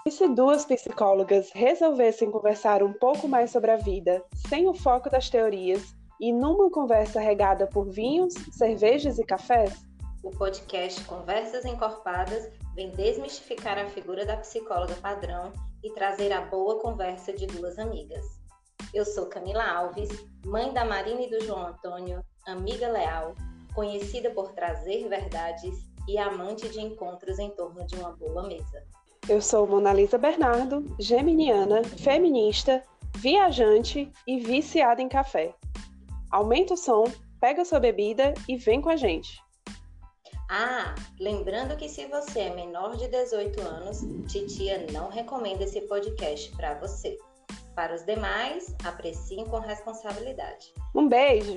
E se duas psicólogas resolvessem conversar um pouco mais sobre a vida, sem o foco das teorias, e numa conversa regada por vinhos, cervejas e cafés? O podcast Conversas Encorpadas vem desmistificar a figura da psicóloga padrão e trazer a boa conversa de duas amigas. Eu sou Camila Alves, mãe da Marina e do João Antônio, amiga leal, conhecida por trazer verdades e amante de encontros em torno de uma boa mesa. Eu sou Monalisa Bernardo, geminiana, feminista, viajante e viciada em café. Aumenta o som, pega sua bebida e vem com a gente. Lembrando que se você é menor de 18 anos, titia não recomenda esse podcast para você. Para os demais, apreciem com responsabilidade. Um beijo!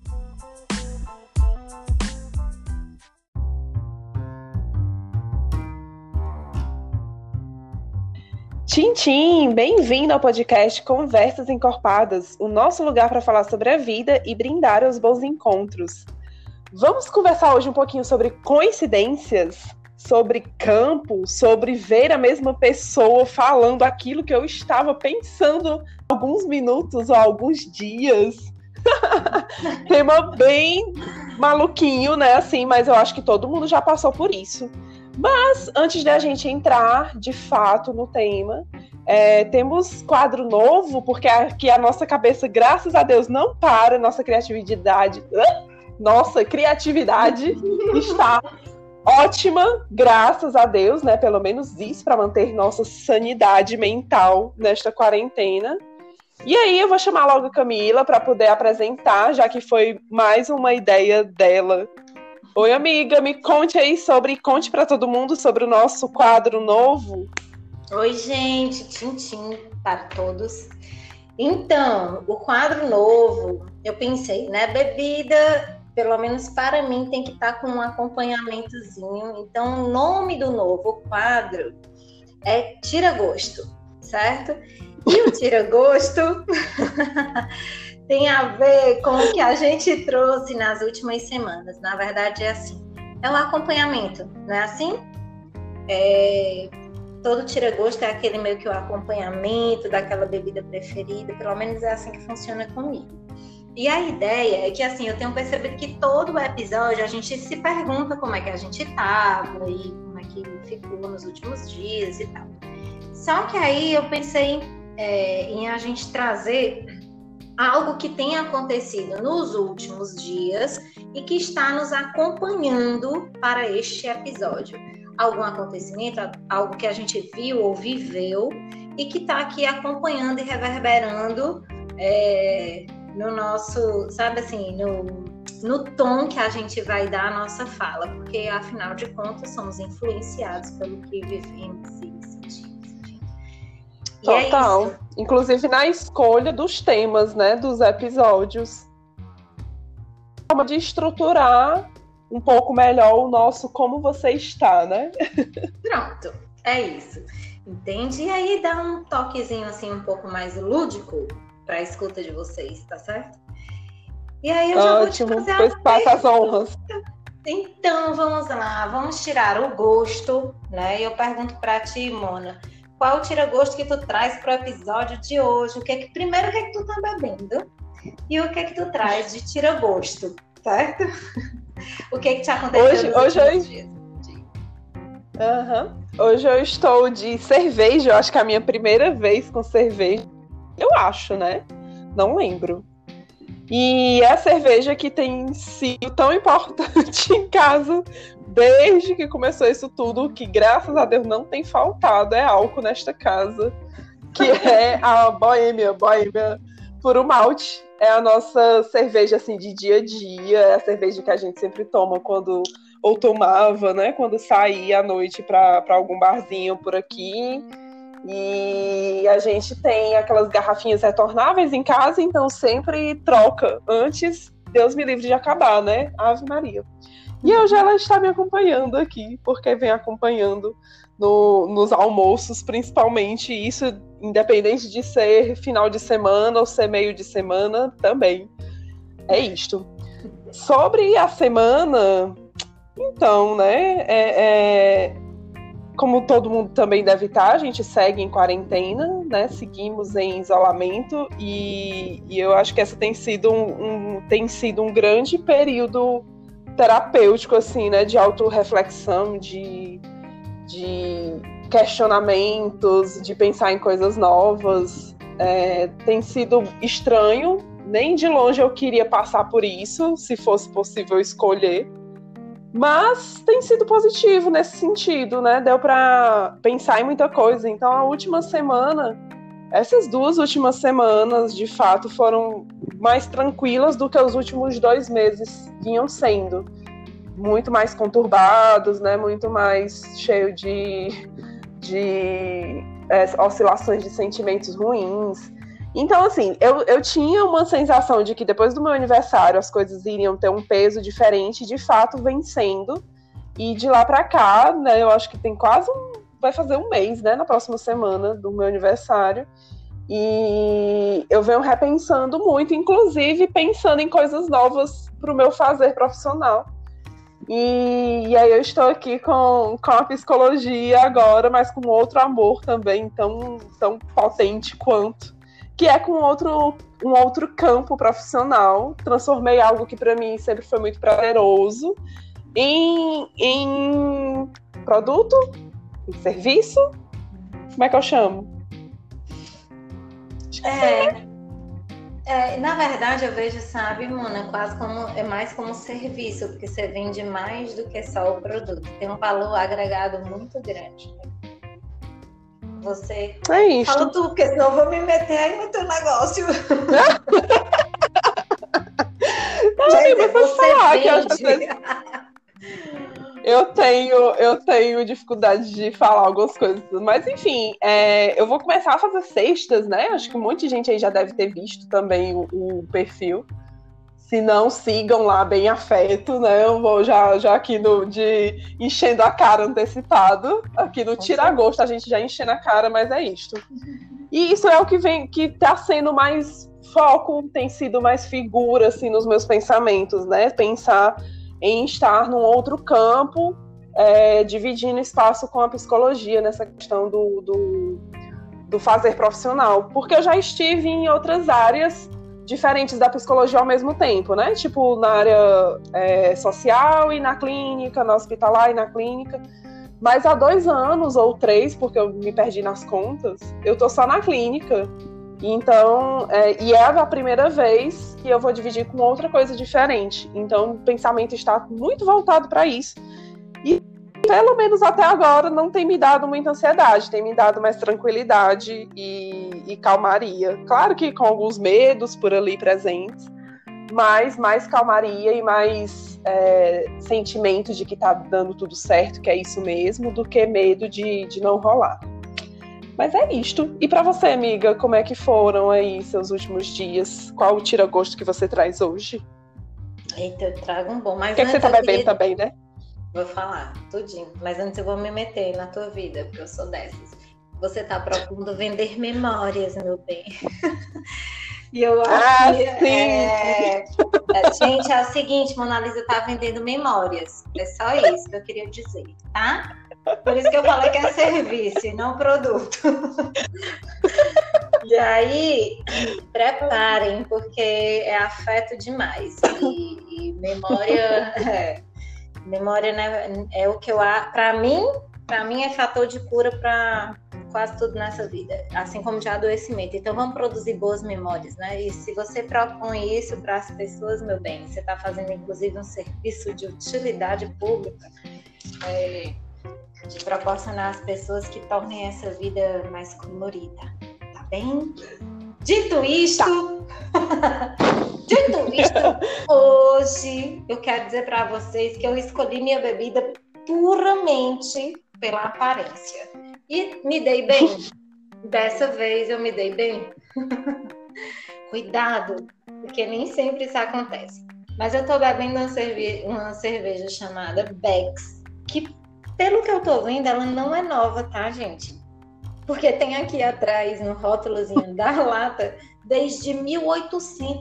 Tchim, bem-vindo ao podcast Conversas Encorpadas, o nosso lugar para falar sobre a vida e brindar aos bons encontros. Vamos conversar hoje um pouquinho sobre coincidências, sobre campo, sobre ver a mesma pessoa falando aquilo que eu estava pensando há alguns minutos ou alguns dias. Tema bem maluquinho, né? Assim, mas eu acho que todo mundo já passou por isso. Mas, antes da gente entrar, de fato, no tema, temos quadro novo, porque aqui a nossa cabeça, graças a Deus, não para, nossa criatividade está ótima, graças a Deus, né? Pelo menos isso, para manter nossa sanidade mental nesta quarentena. E aí eu vou chamar logo a Camila para poder apresentar, já que foi mais uma ideia dela. Oi, amiga, me conte para todo mundo sobre o nosso quadro novo. Oi, gente, tchim para todos. Então, o quadro novo, eu pensei, né, bebida, pelo menos para mim, tem que estar com um acompanhamentozinho. Então, o nome do novo quadro é Tira Gosto, certo? E o Tira Gosto tem a ver com o que a gente trouxe nas últimas semanas. Na verdade, é assim, é um acompanhamento, não é assim? Todo tira-gosto é aquele meio que o acompanhamento daquela bebida preferida, pelo menos é assim que funciona comigo. E a ideia é que, assim, eu tenho percebido que todo episódio a gente se pergunta como é que a gente estava e como é que ficou nos últimos dias e tal. Só que aí eu pensei em a gente trazer algo que tenha acontecido nos últimos dias e que está nos acompanhando para este episódio. Algum acontecimento, algo que a gente viu ou viveu e que está aqui acompanhando e reverberando no nosso, sabe assim, no tom que a gente vai dar a nossa fala, porque afinal de contas somos influenciados pelo que vivemos e sentimos. Total. Inclusive na escolha dos temas, né, dos episódios. Forma de estruturar um pouco melhor o nosso como você está, né? Pronto, é isso. Entende? E aí dá um toquezinho assim um pouco mais lúdico para a escuta de vocês, tá certo? E aí eu já vou te fazer pois passa as honras. Então, vamos lá. Vamos tirar o gosto, né? E eu pergunto para ti, Mona, qual o tira-gosto que tu traz para o episódio de hoje? Primeiro, o que é que tu tá bebendo? E o que é que tu traz de tira-gosto, certo? O que é que te aconteceu nos últimos dias? Hoje eu estou de cerveja, eu acho que é a minha primeira vez com cerveja. Eu acho, né? Não lembro. E é a cerveja que tem sido tão importante em casa desde que começou isso tudo, que graças a Deus não tem faltado, é álcool nesta casa, que é a Boêmia Puro Malte. É a nossa cerveja assim, de dia a dia, é a cerveja que a gente sempre toma ou tomava, né, quando saía à noite para algum barzinho por aqui. E a gente tem aquelas garrafinhas retornáveis em casa, então sempre troca antes, Deus me livre de acabar, né? Ave Maria. E hoje ela está me acompanhando aqui, porque vem acompanhando nos almoços, principalmente, isso independente de ser final de semana ou ser meio de semana, também. É isto. Sobre a semana, então, né, como todo mundo também deve estar, a gente segue em quarentena, né? Seguimos em isolamento e eu acho que essa tem sido um grande período terapêutico, assim, né? De autorreflexão, de questionamentos, de pensar em coisas novas. Tem sido estranho, nem de longe eu queria passar por isso, se fosse possível escolher. Mas tem sido positivo nesse sentido, né? Deu para pensar em muita coisa. Então, essas 2 últimas semanas, de fato, foram mais tranquilas do que os últimos 2 meses vinham sendo. Muito mais conturbados, né? Muito mais cheio de oscilações de sentimentos ruins. Então, assim, eu tinha uma sensação de que depois do meu aniversário as coisas iriam ter um peso diferente, de fato vem sendo. E de lá pra cá, né, eu acho que tem vai fazer um mês, né, na próxima semana do meu aniversário. E eu venho repensando muito, inclusive pensando em coisas novas pro meu fazer profissional. E aí eu estou aqui com a psicologia agora, mas com outro amor também, tão potente quanto, que é com um outro campo profissional. Transformei algo que para mim sempre foi muito prazeroso em produto, em serviço. Como é que eu chamo? Na verdade, eu vejo, sabe, Mona, quase mais como serviço, porque você vende mais do que só o produto. Tem um valor agregado muito grande. Você fala tu, porque senão eu vou me meter aí no teu negócio. Eu tenho dificuldade de falar algumas coisas, mas enfim, eu vou começar a fazer cestas, né? Acho que um monte de gente aí já deve ter visto também o perfil. Se não, sigam lá, bem afeto, né? Eu vou já aqui de enchendo a cara antecipado. Aqui no Tira-Gosto a gente já enchendo a cara, mas é isto. E isso é o que tá sendo mais foco, tem sido mais figura, assim, nos meus pensamentos, né? Pensar em estar num outro campo, dividindo espaço com a psicologia nessa questão do fazer profissional. Porque eu já estive em outras áreas diferentes da psicologia ao mesmo tempo, né? Tipo, na área social e na clínica, na hospitalar e na clínica. Mas há 2 anos ou 3, porque eu me perdi nas contas, eu tô só na clínica. Então, e é a primeira vez que eu vou dividir com outra coisa diferente. Então, o pensamento está muito voltado para isso. E, pelo menos até agora, não tem me dado muita ansiedade, tem me dado mais tranquilidade e calmaria. Claro que com alguns medos por ali presentes, mas mais calmaria e mais sentimento de que tá dando tudo certo, que é isso mesmo, do que medo de não rolar. Mas é isto. E pra você, amiga, como é que foram aí seus últimos dias? Qual o tira-gosto que você traz hoje? Eita, eu trago um bom. Mas o que você tá bebendo também, né? Vou falar, tudinho. Mas antes eu vou me meter na tua vida, porque eu sou dessas. Você tá propondo vender memórias, meu bem. E eu acho que... gente, é o seguinte, Mona Lisa tá vendendo memórias. É só isso que eu queria dizer, tá? Por isso que eu falei que é serviço e não produto. E aí, preparem, porque é afeto demais. E memória... memória, né, é o que eu... Pra mim é fator de cura para quase tudo nessa vida, assim como de adoecimento. Então vamos produzir boas memórias, né? E se você propõe isso para as pessoas, meu bem, você está fazendo inclusive um serviço de utilidade pública, de proporcionar às pessoas que tornem essa vida mais colorida, tá bem? Dito isto, hoje eu quero dizer para vocês que eu escolhi minha bebida puramente pela aparência. E me dei bem. Dessa vez eu me dei bem. Cuidado, porque nem sempre isso acontece. Mas eu tô bebendo uma cerveja chamada Beck's, que, pelo que eu tô vendo, ela não é nova, tá, gente? Porque tem aqui atrás, no rótulozinho da lata, desde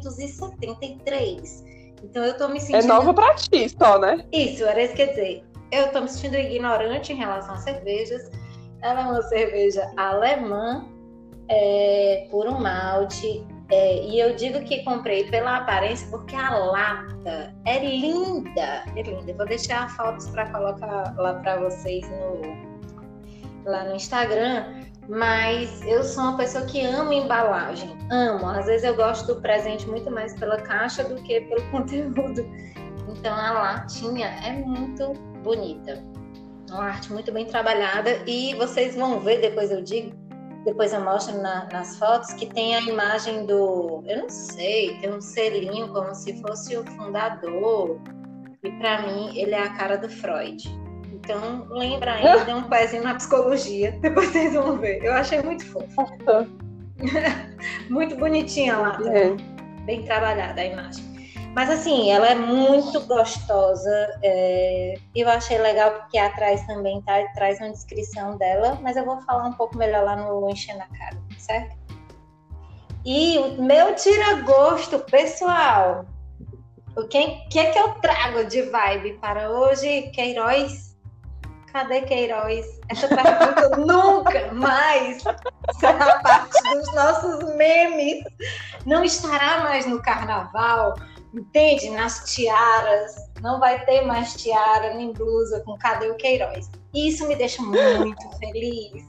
1873. Então eu tô me sentindo... É nova pra ti só, né? Isso, era isso que quer dizer. eu estou me sentindo ignorante em relação a cervejas. Ela é uma cerveja alemã, por um malte. E eu digo que comprei pela aparência porque a lata é linda. É linda. Eu vou deixar fotos para colocar lá para vocês lá no Instagram. Mas eu sou uma pessoa que ama embalagem. Amo. Às vezes eu gosto do presente muito mais pela caixa do que pelo conteúdo. Então a latinha é muito bonita. Uma arte muito bem trabalhada. E vocês vão ver, depois eu mostro nas fotos, que tem a imagem eu não sei, tem um selinho como se fosse o fundador. E para mim, ele é a cara do Freud. Então, lembra ainda, um pezinho na psicologia. Depois vocês vão ver. Eu achei muito fofo. Muito bonitinha lá. Bem trabalhada a imagem. Mas assim, ela é muito gostosa. Eu achei legal porque atrás também traz uma descrição dela, mas eu vou falar um pouco melhor lá no Enchendo a Cara, certo? E o meu tira-gosto, pessoal, o que é que eu trago de vibe para hoje, Queiroz? Cadê Queiroz? Essa pergunta nunca mais será parte dos nossos memes. Não estará mais no carnaval. Entende? Nas tiaras, não vai ter mais tiara nem blusa com cadê o Queiroz. Isso me deixa muito feliz.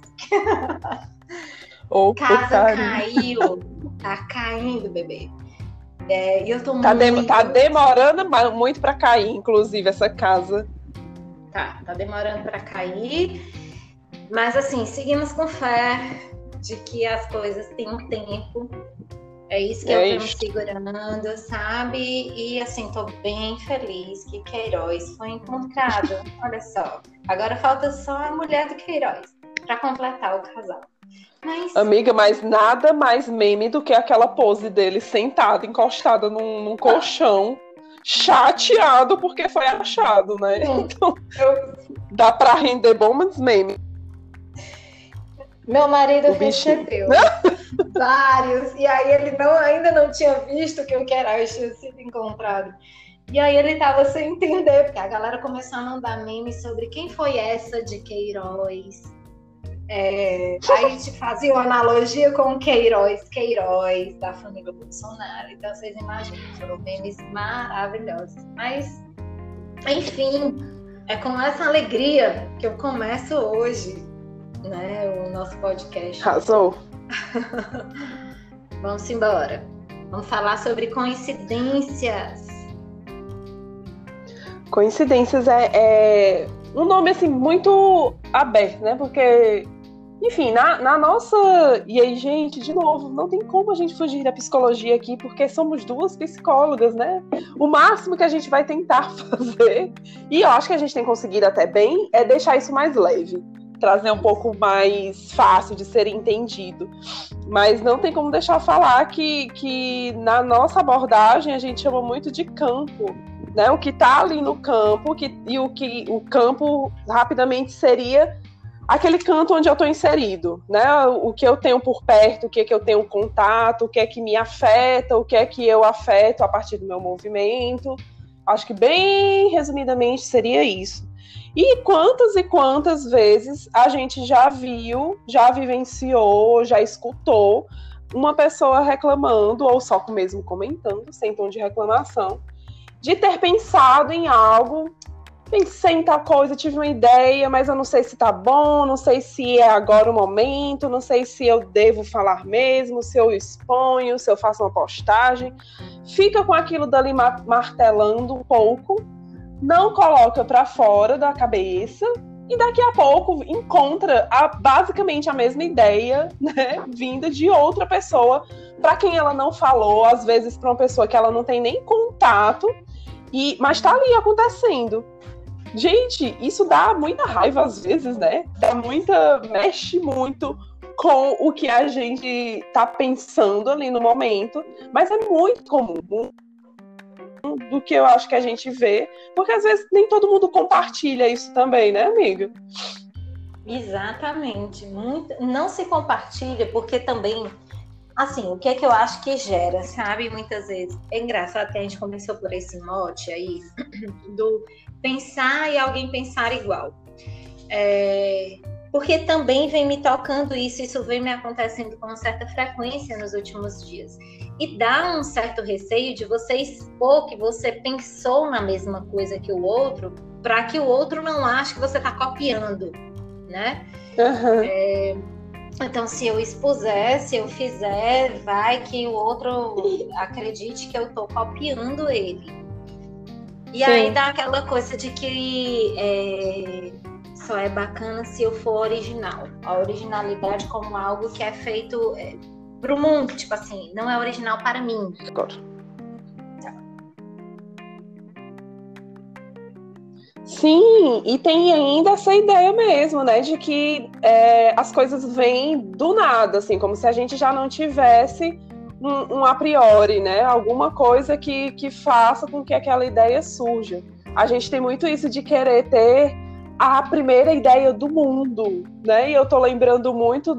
Casa caiu, tá caindo, bebê. E eu tô tá demorando muito para cair, inclusive, essa casa. Tá demorando para cair, mas assim, seguimos com fé de que as coisas têm um tempo. É isso que eu tô me segurando, sabe? E assim, tô bem feliz que Queiroz foi encontrado. Olha só. Agora falta só a mulher do Queiroz para completar o casal. Amiga, mas nada mais meme do que aquela pose dele sentado, encostado num colchão, chateado porque foi achado, né? Então, dá pra render bons memes. Meu marido recebeu vários, e aí ele ainda não tinha visto que o Queiroz tinha sido encontrado. E aí ele tava sem entender, porque a galera começou a mandar memes sobre quem foi essa de Queiroz. Aí a gente fazia uma analogia com o Queiroz da família Bolsonaro. Então vocês imaginam, foram memes maravilhosos. Mas, enfim, é com essa alegria que eu começo hoje, né, o nosso podcast. Arrasou. Vamos embora. Vamos falar sobre coincidências. Coincidências é um nome assim muito aberto, né? Porque, enfim, na nossa... E aí, gente, de novo, não tem como a gente fugir da psicologia aqui, porque somos duas psicólogas, né? O máximo que a gente vai tentar fazer, e eu acho que a gente tem conseguido até bem, é deixar isso mais leve, trazer um pouco mais fácil de ser entendido. Mas não tem como deixar falar que na nossa abordagem a gente chama muito de campo, né? O que está ali no campo, o campo rapidamente seria aquele canto onde eu estou inserido, né? O que eu tenho por perto, o que é que eu tenho contato, o que é que me afeta, o que é que eu afeto a partir do meu movimento. Acho que bem resumidamente seria isso. E quantas vezes a gente já viu, já vivenciou, já escutou uma pessoa reclamando, ou só mesmo comentando, sem tom de reclamação, de ter pensado em algo, pensei em tal coisa, tive uma ideia, mas eu não sei se tá bom, não sei se é agora o momento, não sei se eu devo falar mesmo, se eu exponho, se eu faço uma postagem. Fica com aquilo dali martelando um pouco, não coloca para fora da cabeça e daqui a pouco encontra basicamente a mesma ideia, né, vinda de outra pessoa para quem ela não falou, às vezes para uma pessoa que ela não tem nem contato, mas está ali acontecendo. Gente, isso dá muita raiva às vezes, né? Mexe muito com o que a gente tá pensando ali no momento, mas é muito comum do que eu acho que a gente vê, porque às vezes nem todo mundo compartilha isso também, né, amiga? Exatamente. Não se compartilha, porque também Assim, o que é que eu acho que gera, sabe? Muitas vezes. É engraçado que a gente começou por esse mote aí, do pensar e alguém pensar igual. Porque também vem me tocando isso vem me acontecendo com certa frequência nos últimos dias. E dá um certo receio de você expor que você pensou na mesma coisa que o outro, para que o outro não ache que você está copiando, né? Então, se eu expuser, se eu fizer, vai que o outro acredite que eu estou copiando ele. E Sim. aí dá aquela coisa de que só é bacana se eu for original. A originalidade como algo que é feito para o mundo, tipo assim, não é original para mim. Sim, e tem ainda essa ideia mesmo, né, de que as coisas vêm do nada, assim, como se a gente já não tivesse um a priori, né, alguma coisa que faça com que aquela ideia surja. A gente tem muito isso de querer ter a primeira ideia do mundo, né, e eu tô lembrando muito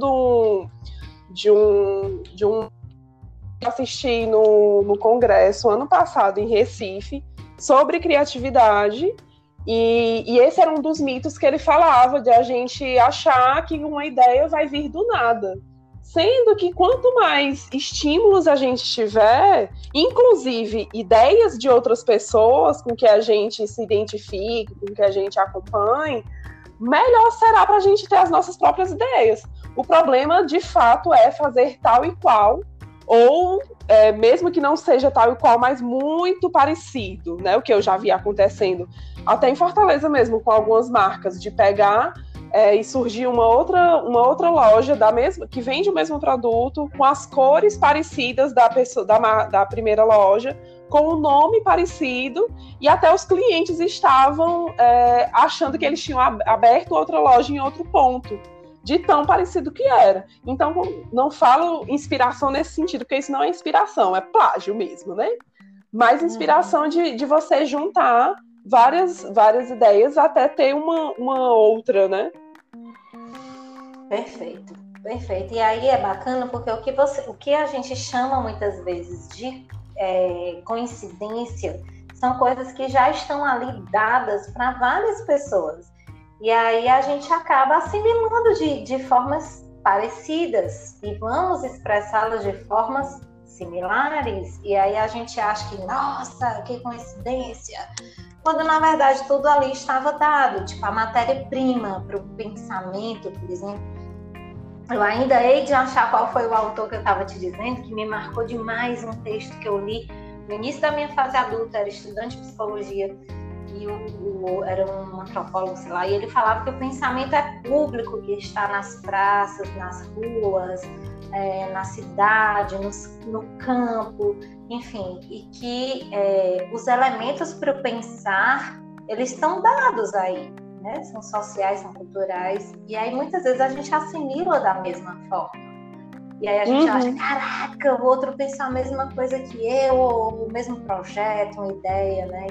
de um que assisti no congresso ano passado em Recife sobre criatividade. E esse era um dos mitos que ele falava, de a gente achar que uma ideia vai vir do nada. Sendo que quanto mais estímulos a gente tiver, inclusive ideias de outras pessoas com que a gente se identifique, com que a gente acompanhe, melhor será para a gente ter as nossas próprias ideias. O problema, de fato, é fazer tal e qual, ou mesmo que não seja tal e qual, mas muito parecido, né? O que eu já vi acontecendo até em Fortaleza mesmo, com algumas marcas, de pegar e surgir uma outra loja que vende o mesmo produto, com as cores parecidas da primeira loja, com o nome parecido, e até os clientes estavam achando que eles tinham aberto outra loja em outro ponto, de tão parecido que era. Então, não falo inspiração nesse sentido, porque isso não é inspiração, é plágio mesmo, né? Mas inspiração de você juntar várias ideias até ter uma outra, né? Perfeito, perfeito. E aí é bacana porque o que a gente chama muitas vezes de coincidência são coisas que já estão ali dadas para várias pessoas. E aí a gente acaba assimilando de formas parecidas e vamos expressá-las de formas similares. E aí a gente acha que, nossa, que coincidência! Quando na verdade tudo ali estava dado, tipo a matéria-prima para o pensamento, por exemplo. Eu ainda hei de achar qual foi o autor que eu estava te dizendo, que me marcou demais um texto que eu li no início da minha fase adulta, era estudante de psicologia, e era um antropólogo, sei lá, e ele falava que o pensamento é público, que está nas praças, nas ruas, na cidade, no campo, enfim, e que os elementos para o pensar, eles estão dados aí, né? São sociais, são culturais, e aí muitas vezes a gente assimila da mesma forma. E aí a gente acha, caraca, o outro pensou a mesma coisa que eu, ou o mesmo projeto, uma ideia, né?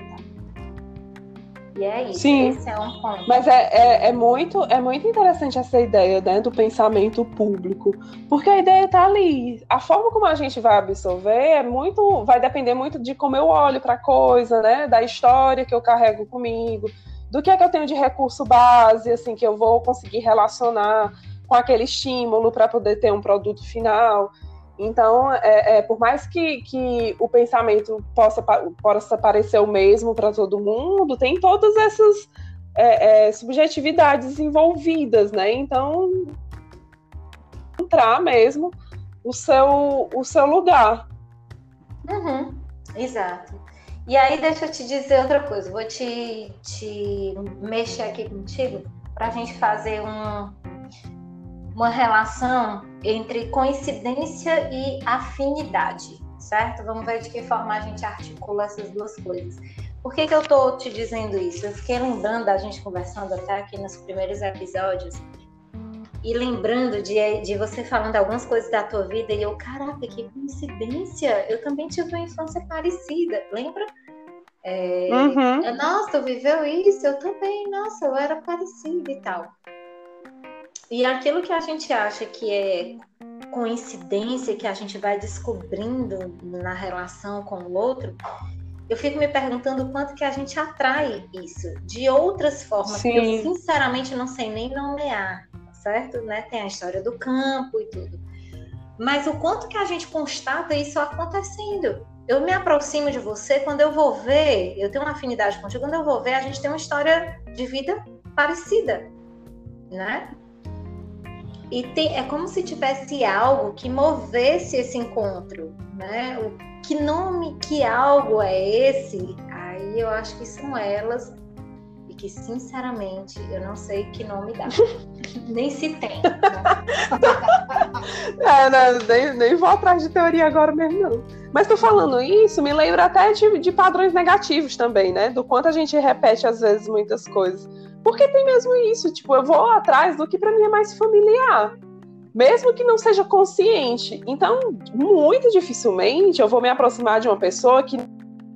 E é isso, sim, esse é um ponto. Mas é muito interessante essa ideia, né, do pensamento público, porque a ideia está ali. A forma como a gente vai absorver vai depender muito de como eu olho para a coisa, né, da história que eu carrego comigo, do que é que eu tenho de recurso base, assim, que eu vou conseguir relacionar com aquele estímulo para poder ter um produto final. Então, por mais que o pensamento possa parecer o mesmo para todo mundo, tem todas essas subjetividades envolvidas, né? Então, encontrar mesmo o seu lugar. Exato. E aí, deixa eu te dizer outra coisa. Vou te mexer aqui contigo para a gente fazer uma relação entre coincidência e afinidade, certo? Vamos ver de que forma a gente articula essas duas coisas. Por que eu tô te dizendo isso? Eu fiquei lembrando da gente conversando até aqui nos primeiros episódios e lembrando de você falando algumas coisas da tua vida e eu, caraca, que coincidência! Eu também tive uma infância parecida, lembra? Nossa, tu viveu isso? Eu também, nossa, eu era parecida e tal. E aquilo que a gente acha que é coincidência que a gente vai descobrindo na relação com o outro, eu fico me perguntando o quanto que a gente atrai isso de outras formas, Sim. que eu sinceramente não sei nem nomear, certo? Né? Tem a história do campo e tudo. Mas o quanto que a gente constata isso acontecendo. Eu me aproximo de você, quando eu vou ver, eu tenho uma afinidade contigo, quando eu vou ver, a gente tem uma história de vida parecida, né? E é como se tivesse algo que movesse esse encontro, né? Que nome, que algo é esse? Aí eu acho que são elas, e que, sinceramente, eu não sei que nome dá. Nem se tem. Né? Nem vou atrás de teoria agora mesmo, não. Mas tô falando isso, me lembra até de padrões negativos também, né? Do quanto a gente repete, às vezes, muitas coisas. Porque tem mesmo isso, tipo, eu vou atrás do que pra mim é mais familiar. Mesmo que não seja consciente. Então, muito dificilmente eu vou me aproximar de uma pessoa que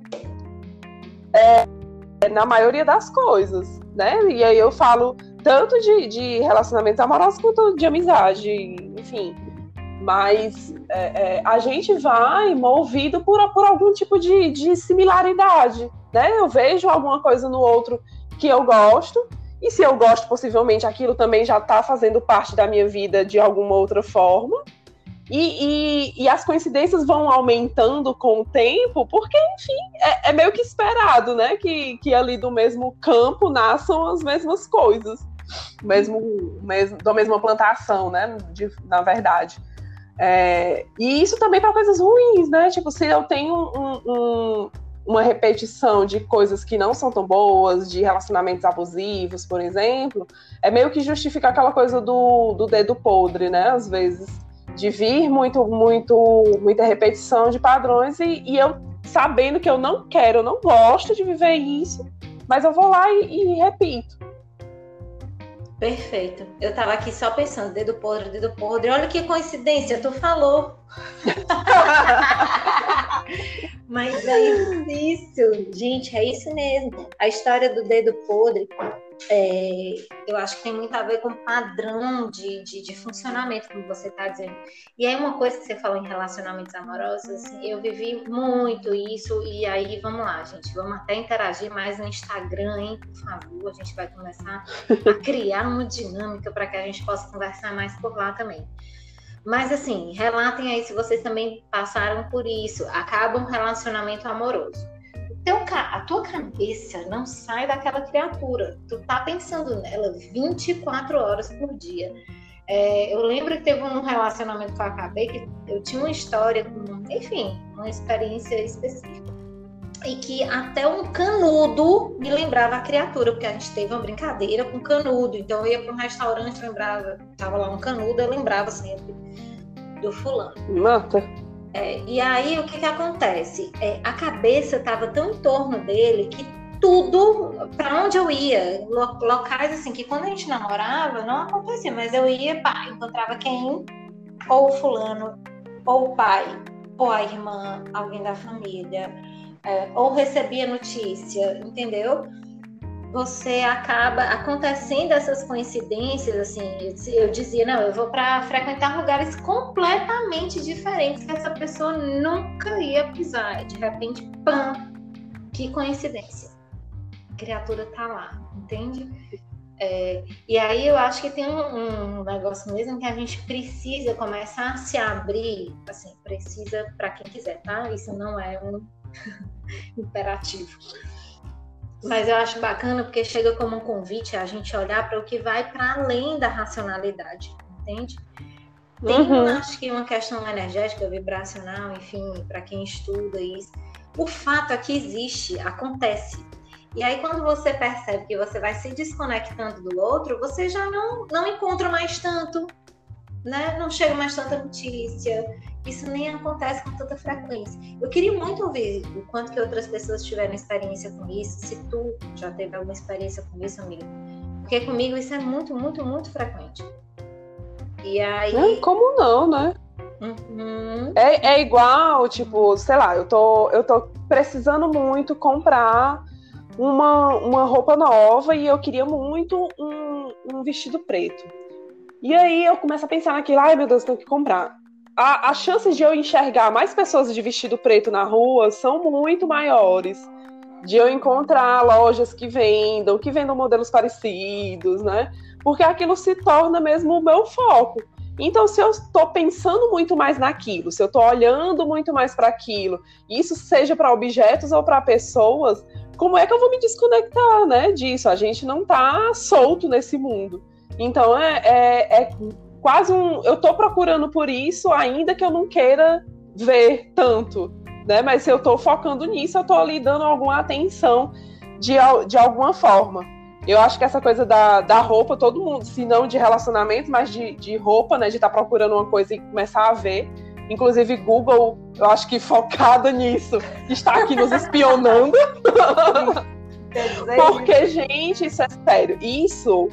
na maioria das coisas, né? E aí eu falo tanto de relacionamentos amorosos quanto de amizade, enfim. Mas a gente vai movido por algum tipo de similaridade, né? Eu vejo alguma coisa no outro que eu gosto, e se eu gosto, possivelmente aquilo também já está fazendo parte da minha vida de alguma outra forma. E as coincidências vão aumentando com o tempo, porque, enfim, é meio que esperado, né? Que ali do mesmo campo nasçam as mesmas coisas, da mesma plantação, né? Na verdade. E isso também para coisas ruins, né? Tipo, se eu tenho uma repetição de coisas que não são tão boas, de relacionamentos abusivos, por exemplo, é meio que justificar aquela coisa do dedo podre, né? Às vezes, de vir muita repetição de padrões e eu sabendo que eu não quero, eu não gosto de viver isso, mas eu vou lá e repito. Perfeito. Eu tava aqui só pensando, dedo podre. Olha que coincidência, tu falou. Mas é isso, gente, é isso mesmo. A história do dedo podre, eu acho que tem muito a ver com o padrão de funcionamento, como você está dizendo. E aí uma coisa que você falou em relacionamentos amorosos, assim, eu vivi muito isso, e aí vamos lá, gente, vamos até interagir mais no Instagram, hein, por favor, a gente vai começar a criar uma dinâmica para que a gente possa conversar mais por lá também. Mas assim, relatem aí se vocês também passaram por isso, acaba um relacionamento amoroso. A tua cabeça não sai daquela criatura. Tu tá pensando nela 24 horas por dia. Eu lembro que teve um relacionamento que eu acabei, que eu tinha uma história uma experiência específica. E que até um canudo me lembrava a criatura, porque a gente teve uma brincadeira com canudo. Então eu ia para um restaurante, lembrava, tava lá um canudo, eu lembrava sempre do fulano. Mata. E aí, o que acontece? A cabeça estava tão em torno dele que tudo, para onde eu ia, locais assim, que quando a gente namorava, não acontecia, mas eu ia, encontrava quem? Ou o fulano, ou o pai, ou a irmã, alguém da família, ou recebia notícia, entendeu? Você acaba acontecendo essas coincidências, assim, eu dizia, não, eu vou para frequentar lugares completamente diferentes que essa pessoa nunca ia pisar. De repente, pam, que coincidência. A criatura tá lá, entende? E aí eu acho que tem um negócio mesmo que a gente precisa começar a se abrir, assim, precisa para quem quiser, tá? Isso não é um imperativo. Mas eu acho bacana porque chega como um convite a gente olhar para o que vai para além da racionalidade, entende? Tem, acho que uma questão energética, vibracional, enfim, para quem estuda isso. O fato é que existe, acontece. E aí quando você percebe que você vai se desconectando do outro, você já não encontra mais tanto, né? Não chega mais tanta notícia. Isso nem acontece com tanta frequência. Eu queria muito ouvir o quanto que outras pessoas tiveram experiência com isso, se tu já teve alguma experiência com isso, amiga. Porque comigo isso é muito, muito, muito frequente. E aí... Como não, né? É igual, tipo, sei lá, eu tô precisando muito comprar uma roupa nova e eu queria muito um vestido preto. E aí eu começo a pensar naquilo, ai meu Deus, tenho que comprar. as chances de eu enxergar mais pessoas de vestido preto na rua são muito maiores. De eu encontrar lojas que vendam modelos parecidos, né? Porque aquilo se torna mesmo o meu foco. Então, se eu estou pensando muito mais naquilo, se eu estou olhando muito mais para aquilo, isso seja para objetos ou para pessoas, como é que eu vou me desconectar, né, disso? A gente não está solto nesse mundo. Então, é quase eu estou procurando por isso, ainda que eu não queira ver tanto, né? Mas se eu estou focando nisso, eu estou ali dando alguma atenção de alguma forma. Eu acho que essa coisa da roupa, todo mundo, se não de relacionamento, mas de roupa, né? De estar procurando uma coisa e começar a ver. Inclusive, Google, eu acho que focada nisso, está aqui nos espionando. Porque, gente, isso é sério. Isso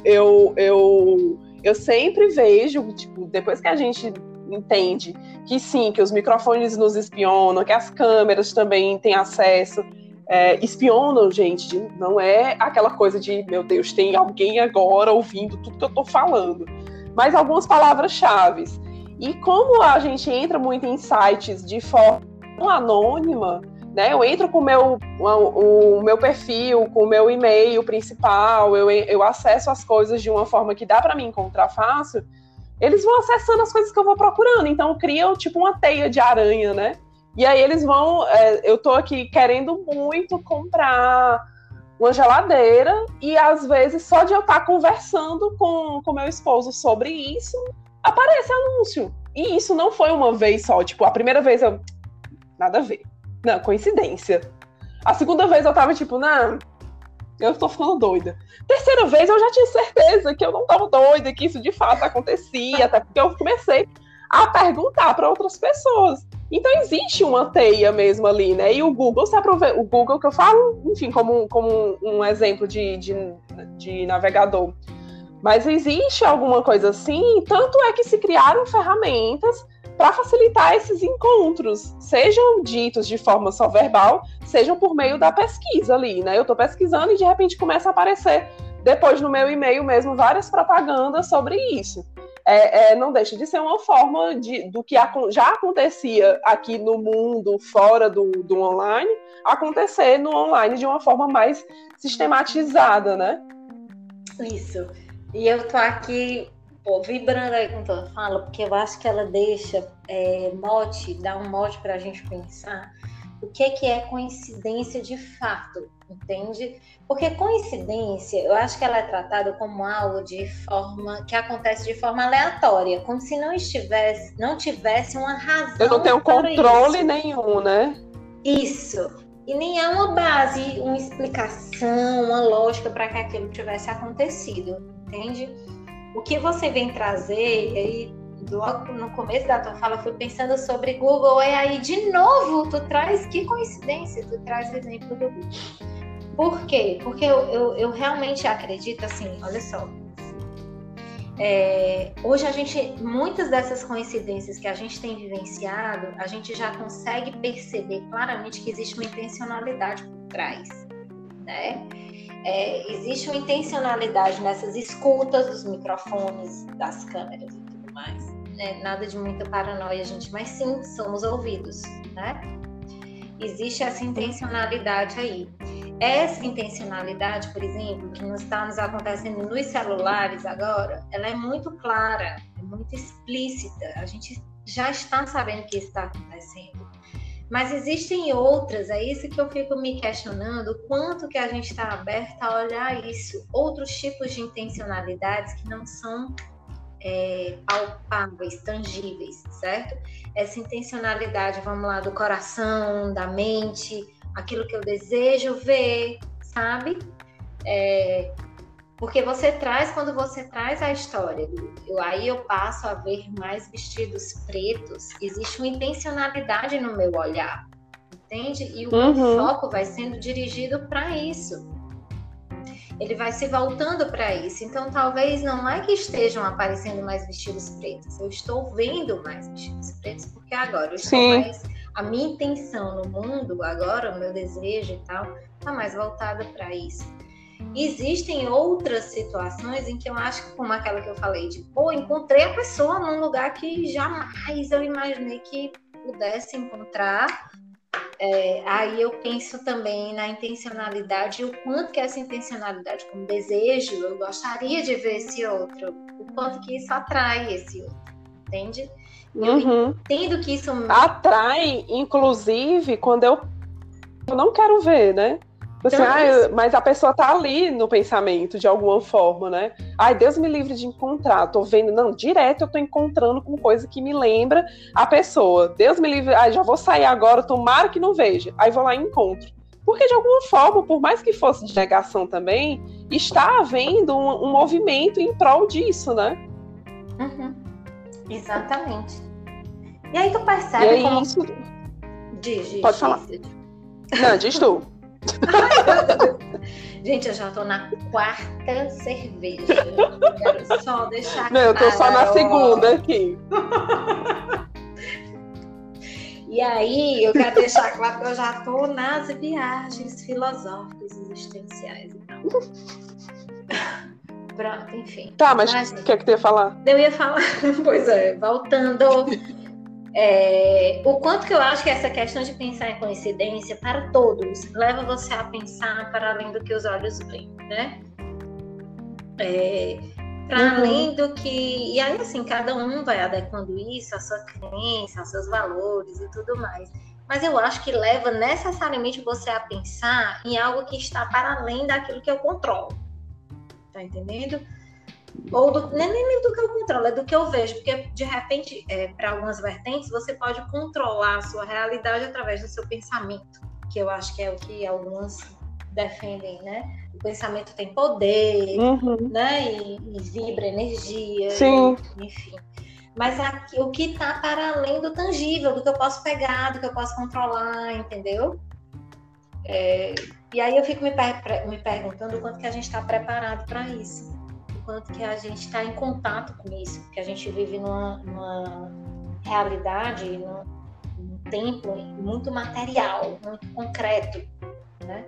eu sempre vejo, tipo, depois que a gente entende que sim, que os microfones nos espionam, que as câmeras também têm acesso. Espionam, gente, não é aquela coisa de, meu Deus, tem alguém agora ouvindo tudo que eu tô falando, mas algumas palavras-chave. E como a gente entra muito em sites de forma anônima, né? Eu entro com o meu perfil, com o meu e-mail principal, eu acesso as coisas de uma forma que dá para me encontrar fácil, eles vão acessando as coisas que eu vou procurando, então criam tipo uma teia de aranha, né? E aí eles vão... eu tô aqui querendo muito comprar uma geladeira e às vezes só de eu estar conversando com meu esposo sobre isso, aparece anúncio. E isso não foi uma vez só. Tipo, a primeira vez eu... Nada a ver. Não, coincidência. A segunda vez eu tava tipo, não, eu tô ficando doida. Terceira vez eu já tinha certeza que eu não tava doida, que isso de fato acontecia, até porque eu comecei a perguntar para outras pessoas. Então existe uma teia mesmo ali, né? E o Google se aproveita. O Google que eu falo, enfim, como um exemplo de navegador. Mas existe alguma coisa assim, tanto é que se criaram ferramentas para facilitar esses encontros, sejam ditos de forma só verbal, sejam por meio da pesquisa ali, né? Eu estou pesquisando e de repente começa a aparecer depois no meu e-mail mesmo várias propagandas sobre isso. Não deixa de ser uma forma do que já acontecia aqui no mundo, fora do online, acontecer no online de uma forma mais sistematizada, né? Isso. E eu tô aqui vibrando aí com tua fala, porque eu acho que ela deixa dá um mote para a gente pensar o que é coincidência de fato, entende? Porque coincidência, eu acho que ela é tratada como algo que acontece de forma aleatória, como se não tivesse uma razão. Eu não tenho controle nenhum, né? Isso. E nem há uma base, uma explicação, uma lógica para que aquilo tivesse acontecido, entende? O que você vem trazer, e aí logo no começo da tua fala, eu fui pensando sobre Google, e aí de novo tu traz, que coincidência, tu traz o exemplo do Google. Por quê? Porque eu realmente acredito assim, olha só, hoje muitas dessas coincidências que a gente tem vivenciado, a gente já consegue perceber claramente que existe uma intencionalidade por trás, né? Existe uma intencionalidade nessas escutas dos microfones, das câmeras e tudo mais, né? Nada de muita paranoia, gente, mas sim, somos ouvidos, né? Existe essa intencionalidade aí. Essa intencionalidade, por exemplo, que está nos acontecendo nos celulares agora, ela é muito clara, é muito explícita, a gente já está sabendo que isso está acontecendo. Mas existem outras, é isso que eu fico me questionando, o quanto que a gente está aberto a olhar isso, outros tipos de intencionalidades que não são palpáveis, tangíveis, certo? Essa intencionalidade, vamos lá, do coração, da mente, aquilo que eu desejo ver, sabe? Porque quando você traz a história, aí eu passo a ver mais vestidos pretos, existe uma intencionalidade no meu olhar, entende? E o meu foco vai sendo dirigido para isso. Ele vai se voltando para isso. Então, talvez não é que estejam aparecendo mais vestidos pretos, eu estou vendo mais vestidos pretos, porque agora eu estou mais... A minha intenção no mundo agora, o meu desejo e tal, está mais voltada para isso. Existem outras situações em que eu acho que, como aquela que eu falei, de, encontrei a pessoa num lugar que jamais eu imaginei que pudesse encontrar. Aí eu penso também na intencionalidade e o quanto que essa intencionalidade, como desejo, eu gostaria de ver esse outro, o quanto que isso atrai esse outro, entende? Eu entendo que isso atrai, inclusive, quando eu não quero ver, né? Assim, mas a pessoa tá ali no pensamento, de alguma forma, né? Ai, Deus me livre de encontrar. Tô vendo, não, direto eu tô encontrando com coisa que me lembra a pessoa. Deus me livre, já vou sair agora, tomara que não veja. Aí vou lá e encontro. Porque, de alguma forma, por mais que fosse de negação também, está havendo um movimento em prol disso, né? Exatamente. E aí tu percebe como... Isso... Diz, pode falar. Não, diz tu. Gente, eu já tô na 4ª cerveja. Eu quero só deixar Não, eu tô só na 2ª aqui. E aí, eu quero deixar claro que eu já tô nas viagens filosóficas existenciais. Então. Pronto, enfim. Tá, mas o que é que tu ia falar? Eu ia falar, pois é, voltando... o quanto que eu acho que essa questão de pensar em coincidência para todos leva você a pensar para além do que os olhos veem, né? Para além do que... E aí, assim, cada um vai adequando isso à sua crença, aos seus valores e tudo mais. Mas eu acho que leva necessariamente você a pensar em algo que está para além daquilo que eu controlo. Tá entendendo? Ou nem do que eu controlo, é do que eu vejo, porque de repente, para algumas vertentes, você pode controlar a sua realidade através do seu pensamento, que eu acho que é o que algumas defendem, né? O pensamento tem poder, né? E vibra energia, sim. Enfim. Mas o que está para além do tangível, do que eu posso pegar, do que eu posso controlar, entendeu? E aí eu fico me perguntando o quanto que a gente está preparado para isso. Quanto que a gente está em contato com isso, porque a gente vive numa realidade, num tempo muito material, muito concreto, né?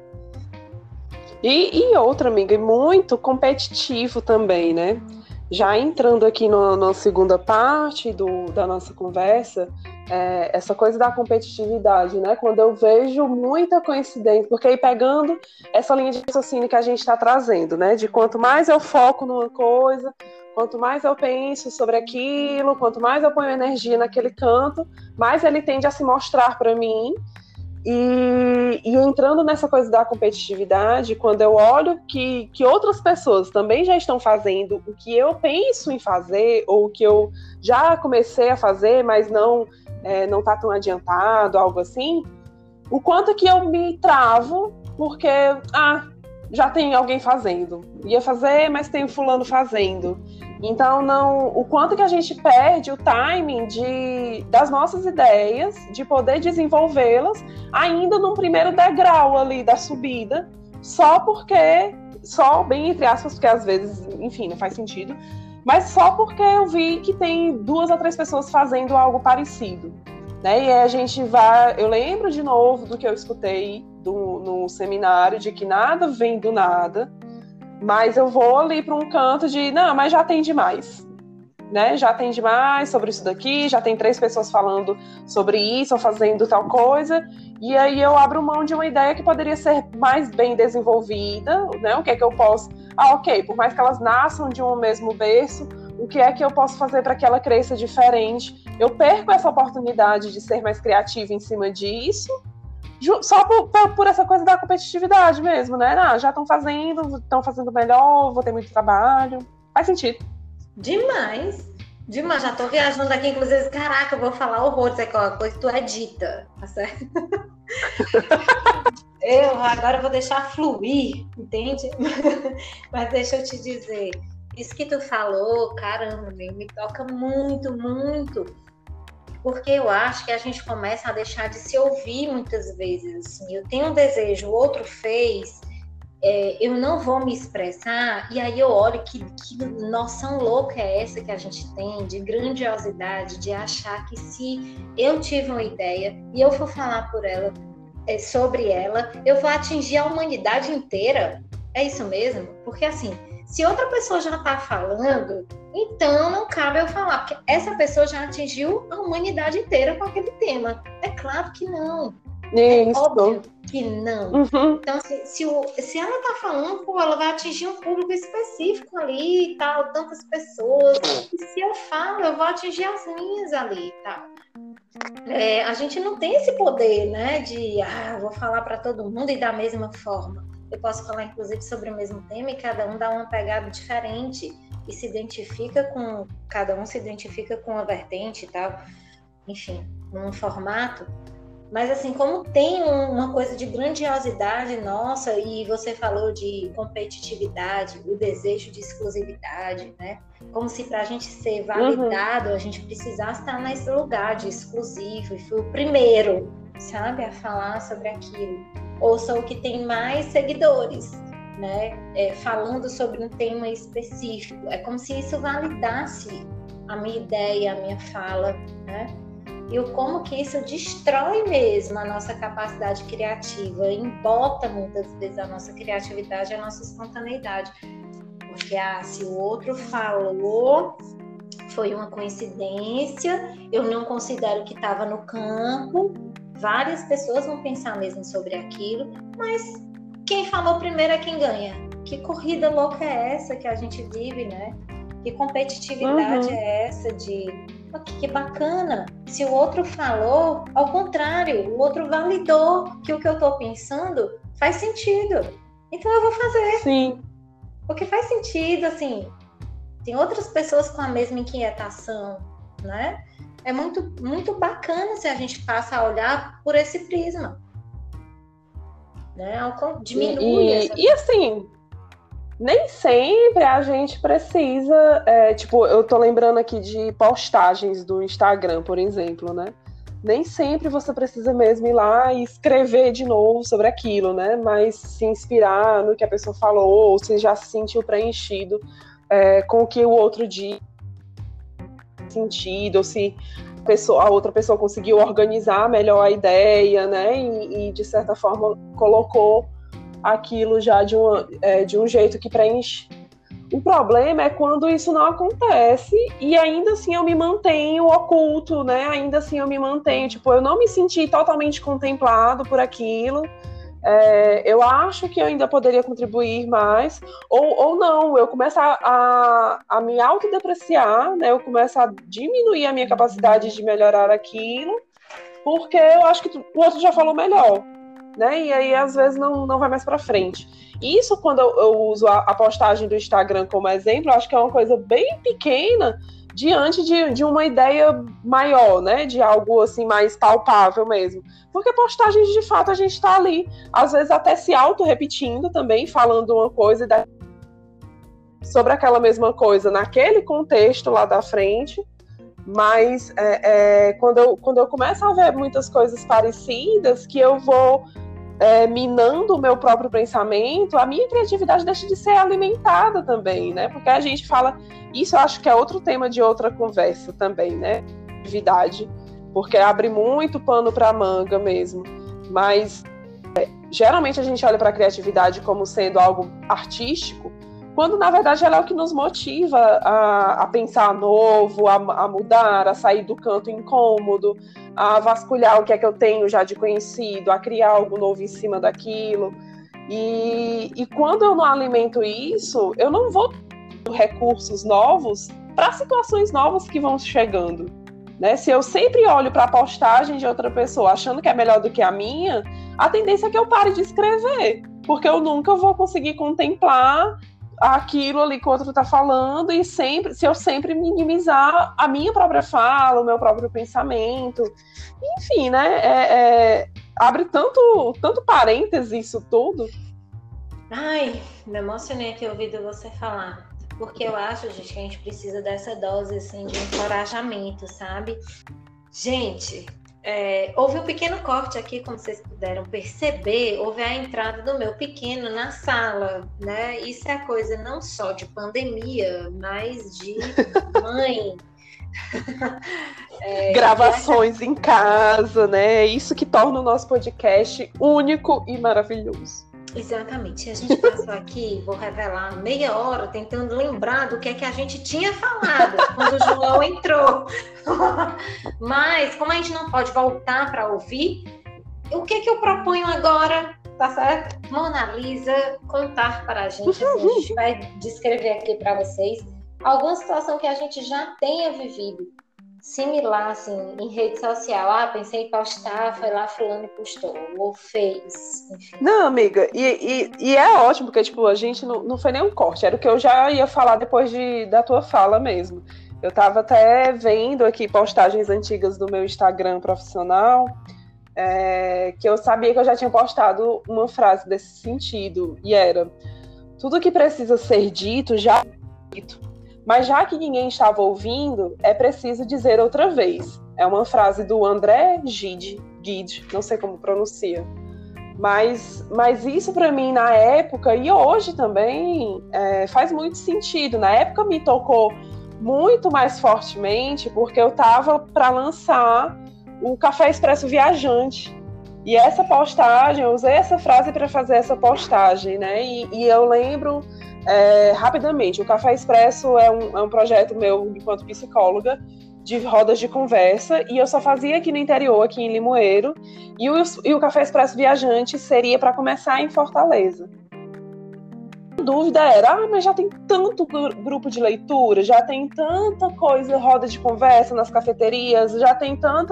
E outra, amiga, muito competitivo também, né? Já entrando aqui na segunda parte da nossa conversa, essa coisa da competitividade, né? Quando eu vejo muita coincidência, porque aí pegando essa linha de raciocínio que a gente está trazendo, né? De quanto mais eu foco numa coisa, quanto mais eu penso sobre aquilo, quanto mais eu ponho energia naquele canto, mais ele tende a se mostrar para mim. E entrando nessa coisa da competitividade, quando eu olho que outras pessoas também já estão fazendo o que eu penso em fazer, ou o que eu já comecei a fazer, mas não está tão adiantado, algo assim, o quanto que eu me travo, porque já tem alguém fazendo. Ia fazer, mas tem fulano fazendo. Então, o quanto que a gente perde o timing das nossas ideias, de poder desenvolvê-las, ainda num primeiro degrau ali da subida, só bem entre aspas, porque às vezes, enfim, não faz sentido, mas só porque eu vi que tem 2 ou 3 pessoas fazendo algo parecido. Né? E aí a gente eu lembro de novo do que eu escutei no seminário, de que nada vem do nada, mas eu vou ali para um canto não, mas já tem demais, né? Já tem demais sobre isso daqui, já tem 3 pessoas falando sobre isso, ou fazendo tal coisa, e aí eu abro mão de uma ideia que poderia ser mais bem desenvolvida, né? O que é que eu posso... ok, por mais que elas nasçam de um mesmo berço, o que é que eu posso fazer para que ela cresça diferente? Eu perco essa oportunidade de ser mais criativa em cima disso, só por essa coisa da competitividade mesmo, né? Já estão fazendo melhor, vou ter muito trabalho. Faz sentido. Demais. Já tô viajando aqui, inclusive, caraca, eu vou falar horrores, aquela coisa que tu edita, tá certo? Eu agora vou deixar fluir, entende? Mas deixa eu te dizer, isso que tu falou, caramba, me toca muito, muito. Porque eu acho que a gente começa a deixar de se ouvir muitas vezes. Assim. Eu tenho um desejo, o outro fez, eu não vou me expressar, e aí eu olho que noção louca é essa que a gente tem, de grandiosidade, de achar que se eu tive uma ideia e eu for falar por ela, sobre ela, eu vou atingir a humanidade inteira. É isso mesmo? Porque assim, se outra pessoa já está falando, então não cabe eu falar, porque essa pessoa já atingiu a humanidade inteira com aquele tema. É claro que não. É óbvio que não. Então, assim, se ela está falando, pô, ela vai atingir um público específico ali e tal, tantas pessoas. E se eu falo, eu vou atingir as minhas ali e tal. A gente não tem esse poder, né, de vou falar para todo mundo e da mesma forma. Eu posso falar, inclusive, sobre o mesmo tema e cada um dá uma pegada diferente e se identifica com... Cada um se identifica com uma vertente e tal. Enfim, um formato. Mas, assim, como tem uma coisa de grandiosidade nossa, e você falou de competitividade, o desejo de exclusividade, né? Como se para a gente ser validado, a gente precisasse estar nesse lugar de exclusivo, e foi o primeiro, sabe, a falar sobre aquilo. Ou sou o que tem mais seguidores, né? Falando sobre um tema específico. É como se isso validasse a minha ideia, a minha fala, né? E como que isso destrói mesmo a nossa capacidade criativa, embota muitas vezes a nossa criatividade, a nossa espontaneidade. Porque se o outro falou, foi uma coincidência, eu não considero que estava no campo, várias pessoas vão pensar mesmo sobre aquilo, mas quem falou primeiro é quem ganha. Que corrida louca é essa que a gente vive, né? Que competitividade é essa de... Que bacana, se o outro falou, ao contrário, o outro validou que o que eu estou pensando faz sentido, então eu vou fazer. Sim. Porque faz sentido, assim, tem outras pessoas com a mesma inquietação, né? É muito, muito bacana se a gente passa a olhar por esse prisma, né? Diminui e assim, nem sempre a gente precisa... eu tô lembrando aqui de postagens do Instagram, por exemplo, né? Nem sempre você precisa mesmo ir lá e escrever de novo sobre aquilo, né? Mas se inspirar no que a pessoa falou, ou se já se sentiu preenchido com o que o outro diz, sentido, ou se a outra pessoa conseguiu organizar melhor a ideia, né? E de certa forma colocou aquilo já de um jeito que preenche. O problema é quando isso não acontece e ainda assim eu me mantenho oculto, né? Ainda assim eu me mantenho, eu não me senti totalmente contemplado por aquilo. Eu acho que eu ainda poderia contribuir mais, ou não, eu começo a me autodepreciar, né? Eu começo a diminuir a minha capacidade de melhorar aquilo, porque eu acho que o outro já falou melhor, né? E aí às vezes não vai mais para frente. Isso, quando eu uso a postagem do Instagram como exemplo, eu acho que é uma coisa bem pequena diante de uma ideia maior, né? De algo assim mais palpável mesmo. Porque postagens, de fato, a gente está ali, às vezes até se auto-repetindo também, falando uma coisa sobre aquela mesma coisa naquele contexto lá da frente. Mas quando eu começo a ver muitas coisas parecidas, que eu vou minando o meu próprio pensamento, a minha criatividade deixa de ser alimentada também, né? Porque a gente fala... Isso eu acho que é outro tema de outra conversa também, né? Criatividade, porque abre muito pano para manga mesmo. Mas geralmente a gente olha para a criatividade como sendo algo artístico, quando na verdade ela é o que nos motiva a pensar novo, a mudar, a sair do canto incômodo, a vasculhar o que é que eu tenho já de conhecido, a criar algo novo em cima daquilo. E quando eu não alimento isso, eu não vou ter recursos novos para situações novas que vão chegando, né? Se eu sempre olho para a postagem de outra pessoa achando que é melhor do que a minha, a tendência é que eu pare de escrever, porque eu nunca vou conseguir contemplar aquilo ali que o outro está falando, e se eu sempre minimizar a minha própria fala, o meu próprio pensamento, enfim, né? Abre tanto parêntese isso tudo. Ai, me emocionei aqui ouvindo você falar, porque eu acho, gente, que a gente precisa dessa dose assim, de encorajamento, sabe? Gente, houve um pequeno corte aqui, como vocês puderam perceber, houve a entrada do meu pequeno na sala, né? Isso é coisa não só de pandemia, mas de mãe. Gravações em casa, né? É isso que torna o nosso podcast único e maravilhoso. Exatamente. A gente passou aqui, vou revelar, meia hora tentando lembrar do que é que a gente tinha falado quando o João entrou. Mas, como a gente não pode voltar para ouvir, o que é que eu proponho agora, tá certo? Mona Lisa contar para a gente, assim, a gente vai descrever aqui para vocês alguma situação que a gente já tenha vivido, similar, assim, em rede social. Ah, pensei em postar, foi lá fulano e postou, ou fez, enfim. Não, amiga, e é ótimo, porque, tipo, a gente não foi nem um corte, era o que eu já ia falar depois da tua fala mesmo. Eu tava até vendo aqui postagens antigas do meu Instagram profissional, que eu sabia que eu já tinha postado uma frase desse sentido, e era: tudo que precisa ser dito já é dito, mas já que ninguém estava ouvindo, é preciso dizer outra vez. É uma frase do André Gide, não sei como pronuncia. Mas isso para mim na época, e hoje também, faz muito sentido. Na época me tocou muito mais fortemente, porque eu estava para lançar o Café Expresso Viajante. E essa postagem, eu usei essa frase para fazer essa postagem, né? E eu lembro rapidamente, o Café Expresso é um projeto meu enquanto psicóloga, de rodas de conversa, e eu só fazia aqui no interior, aqui em Limoeiro, e o Café Expresso Viajante seria para começar em Fortaleza. A dúvida era, mas já tem tanto grupo de leitura, já tem tanta coisa, roda de conversa nas cafeterias, já tem tanto.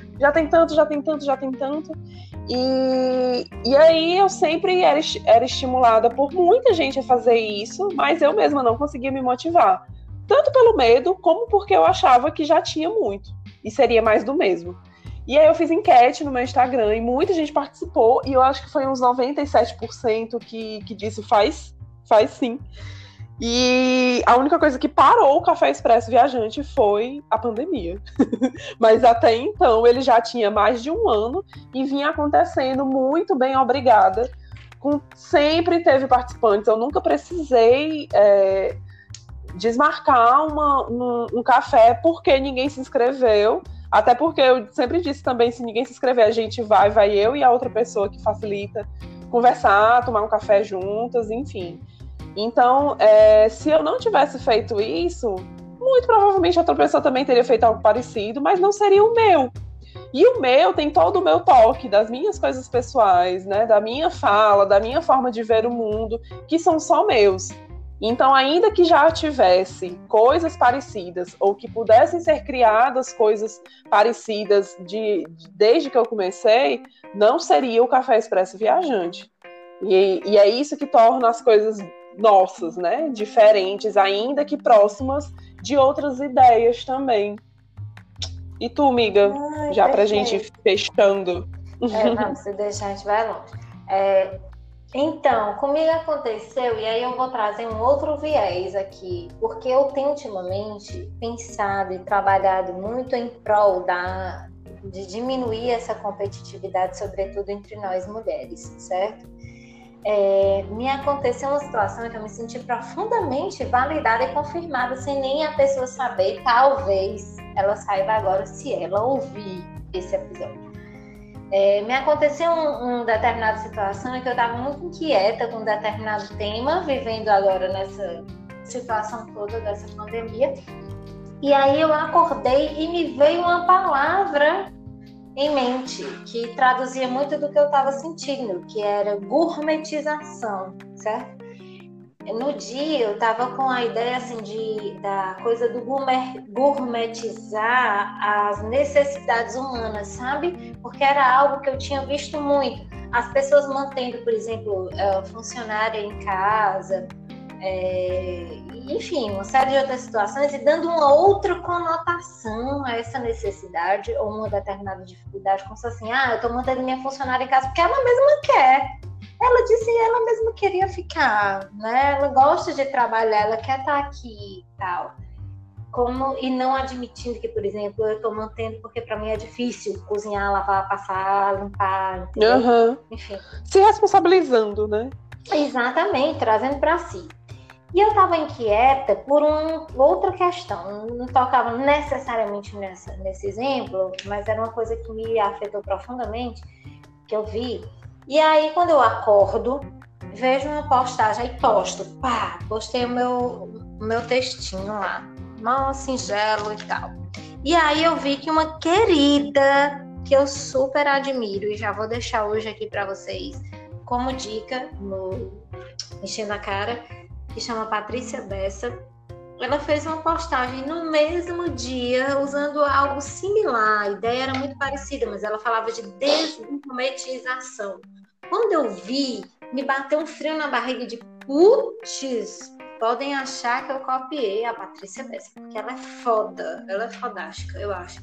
E aí eu sempre era estimulada por muita gente a fazer isso, mas eu mesma não conseguia me motivar. Tanto pelo medo, como porque eu achava que já tinha muito, e seria mais do mesmo. E aí eu fiz enquete no meu Instagram, e muita gente participou, e eu acho que foi uns 97% que disse faz sim. E a única coisa que parou o Café Expresso Viajante foi a pandemia. Mas até então ele já tinha mais de um ano e vinha acontecendo muito bem, obrigada. Sempre teve participantes, eu nunca precisei desmarcar um café porque ninguém se inscreveu. Até porque eu sempre disse também, se ninguém se inscrever, a gente vai eu e a outra pessoa que facilita conversar, tomar um café juntas, enfim. Então, se eu não tivesse feito isso, muito provavelmente outra pessoa também teria feito algo parecido, mas não seria o meu. E o meu tem todo o meu toque, das minhas coisas pessoais, né, da minha fala, da minha forma de ver o mundo, que são só meus. Então, ainda que já tivesse coisas parecidas, ou que pudessem ser criadas coisas parecidas desde que eu comecei, não seria o Café Expresso Viajante. E é isso que torna as coisas nossas, né? Diferentes, ainda que próximas de outras ideias também. E tu, amiga? Já pra gente ir fechando. Não, se deixar, a gente vai longe. Então, comigo aconteceu, e aí eu vou trazer um outro viés aqui, porque eu tenho ultimamente pensado e trabalhado muito em prol de diminuir essa competitividade, sobretudo entre nós mulheres, certo? Me aconteceu uma situação que eu me senti profundamente validada e confirmada, sem nem a pessoa saber. Talvez ela saiba agora se ela ouvir esse episódio. Me aconteceu uma determinada situação em que eu estava muito inquieta com um determinado tema, vivendo agora nessa situação toda dessa pandemia. E aí eu acordei e me veio uma palavra em mente, que traduzia muito do que eu estava sentindo, que era gourmetização, certo? No dia eu estava com a ideia assim, da coisa do gourmetizar as necessidades humanas, sabe? Porque era algo que eu tinha visto muito. As pessoas mantendo, por exemplo, funcionária em casa, enfim, uma série de outras situações, e dando uma outra conotação a essa necessidade ou uma determinada dificuldade, como se assim, eu estou mantendo minha funcionária em casa porque ela mesma quer. Ela disse que ela mesma queria ficar, né? Ela gosta de trabalhar, ela quer estar aqui e tal. E não admitindo que, por exemplo, eu estou mantendo porque para mim é difícil cozinhar, lavar, passar, limpar, entendeu? Uhum. Enfim. Se responsabilizando, né? Exatamente, trazendo para si. E eu estava inquieta por outra questão, não tocava necessariamente nesse exemplo, mas era uma coisa que me afetou profundamente, que eu vi. E aí, quando eu acordo, vejo uma postagem, aí postei o meu textinho lá, mal singelo e tal. E aí eu vi que uma querida, que eu super admiro, e já vou deixar hoje aqui para vocês como dica no Enchendo a Cara, que chama Patrícia Bessa, ela fez uma postagem no mesmo dia usando algo similar. A ideia era muito parecida, mas ela falava de desmometização. Quando eu vi, me bateu um frio na barriga de putz, podem achar que eu copiei a Patrícia Bessa, porque ela é foda, ela é fodástica, eu acho.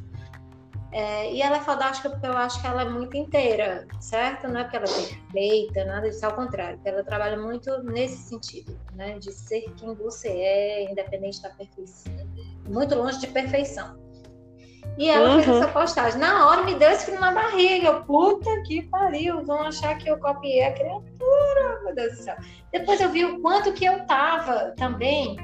E ela é fodástica porque eu acho que ela é muito inteira, certo? Não é porque ela é perfeita, nada disso, ao contrário. Ela trabalha muito nesse sentido, né? De ser quem você é, independente da perfeição. Muito longe de perfeição. E ela fez essa postagem. Na hora me deu esse frio na barriga. Eu, puta que pariu, vão achar que eu copiei a criatura, meu Deus do céu. Depois eu vi o quanto que eu tava também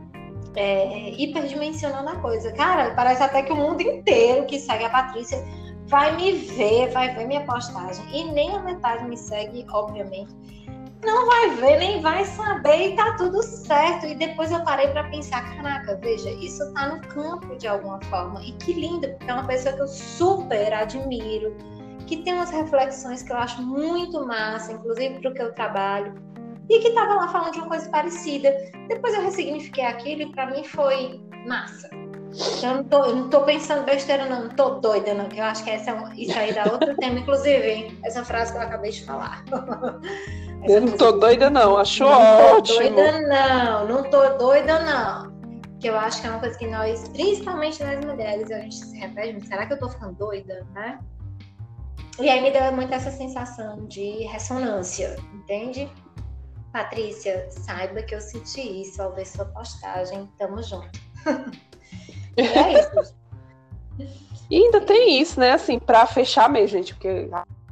hiperdimensionando a coisa. Cara, parece até que o mundo inteiro que segue a Patrícia vai me ver, vai ver minha postagem. E nem a metade me segue, obviamente. Não vai ver, nem vai saber e tá tudo certo. E depois eu parei pra pensar, caraca, veja, isso tá no campo de alguma forma. E que lindo, porque é uma pessoa que eu super admiro, que tem umas reflexões que eu acho muito massa, inclusive pro que eu trabalho. E que tava lá falando de uma coisa parecida. Depois eu ressignifiquei aquilo e pra mim foi massa. Então eu não tô pensando besteira, não tô doida, não, que eu acho que isso aí dá outro tema, inclusive, hein? Essa frase que eu acabei de falar. Eu não tô doida, não, acho ótimo. Não tô doida, não. Que eu acho que é uma coisa que nós, principalmente nós mulheres, a gente se repete, será que eu tô ficando doida, né? E aí me deu muito essa sensação de ressonância, entende? Patrícia, saiba que eu senti isso ao ver sua postagem. Tamo junto. E é isso. E ainda tem isso, né? Assim, pra fechar mesmo, gente, porque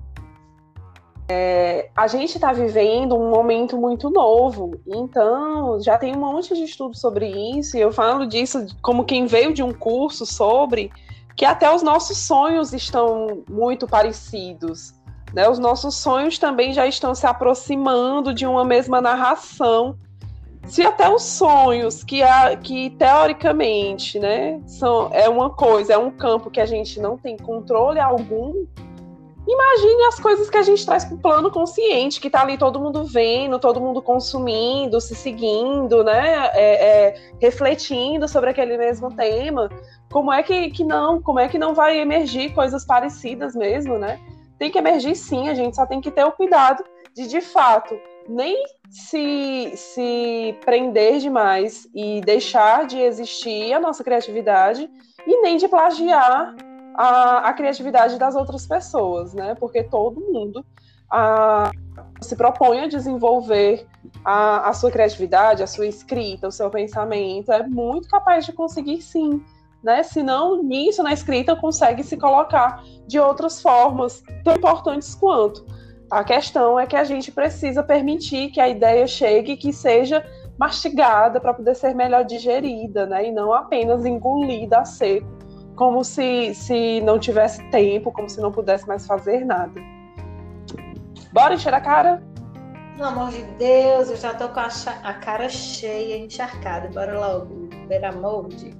a gente está vivendo um momento muito novo. Então, já tem um monte de estudo sobre isso. E eu falo disso como quem veio de um curso sobre que até os nossos sonhos estão muito parecidos. Né? Os nossos sonhos também já estão se aproximando de uma mesma narração. Se até os sonhos, que teoricamente, né, é uma coisa, é um campo que a gente não tem controle algum, imagine as coisas que a gente traz para o plano consciente, que está ali todo mundo vendo, todo mundo consumindo, se seguindo, né, refletindo sobre aquele mesmo tema. Como é que não vai emergir coisas parecidas mesmo, né? Tem que emergir sim, a gente só tem que ter o cuidado de fato, nem se prender demais e deixar de existir a nossa criatividade e nem de plagiar a criatividade das outras pessoas, né? Porque todo mundo se propõe a desenvolver a sua criatividade, a sua escrita, o seu pensamento, é muito capaz de conseguir sim. Né? Se não, nisso, na escrita, consegue se colocar de outras formas tão importantes quanto. A questão é que a gente precisa permitir que a ideia chegue e que seja mastigada para poder ser melhor digerida, né? E não apenas engolida a seco, como se não tivesse tempo, como se não pudesse mais fazer nada. Bora encher a cara? Pelo amor de Deus, eu já tô com a cara cheia, encharcada. Bora logo, beira molde.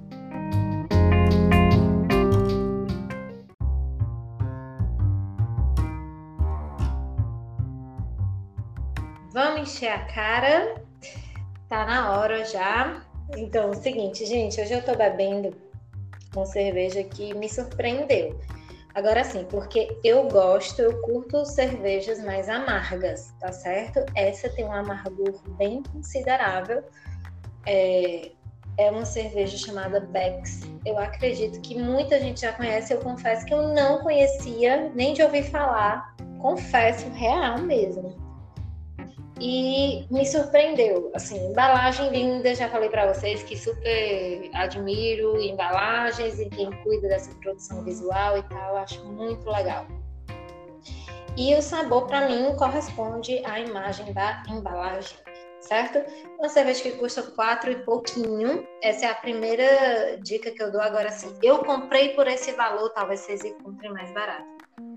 Vamos encher a cara, tá na hora já. Então, é o seguinte, gente, hoje eu tô bebendo uma cerveja que me surpreendeu. Agora sim, porque eu curto cervejas mais amargas, tá certo? Essa tem um amargor bem considerável. É uma cerveja chamada Beck's. Eu acredito que muita gente já conhece, eu confesso que eu não conhecia, nem de ouvir falar, confesso, real mesmo. E me surpreendeu, assim, embalagem linda, já falei para vocês que super admiro embalagens e quem cuida dessa produção visual e tal, acho muito legal. E o sabor, para mim, corresponde à imagem da embalagem, certo? Uma cerveja que custa 4 e pouquinho, essa é a primeira dica que eu dou agora, assim, eu comprei por esse valor, talvez vocês encontrem mais barato.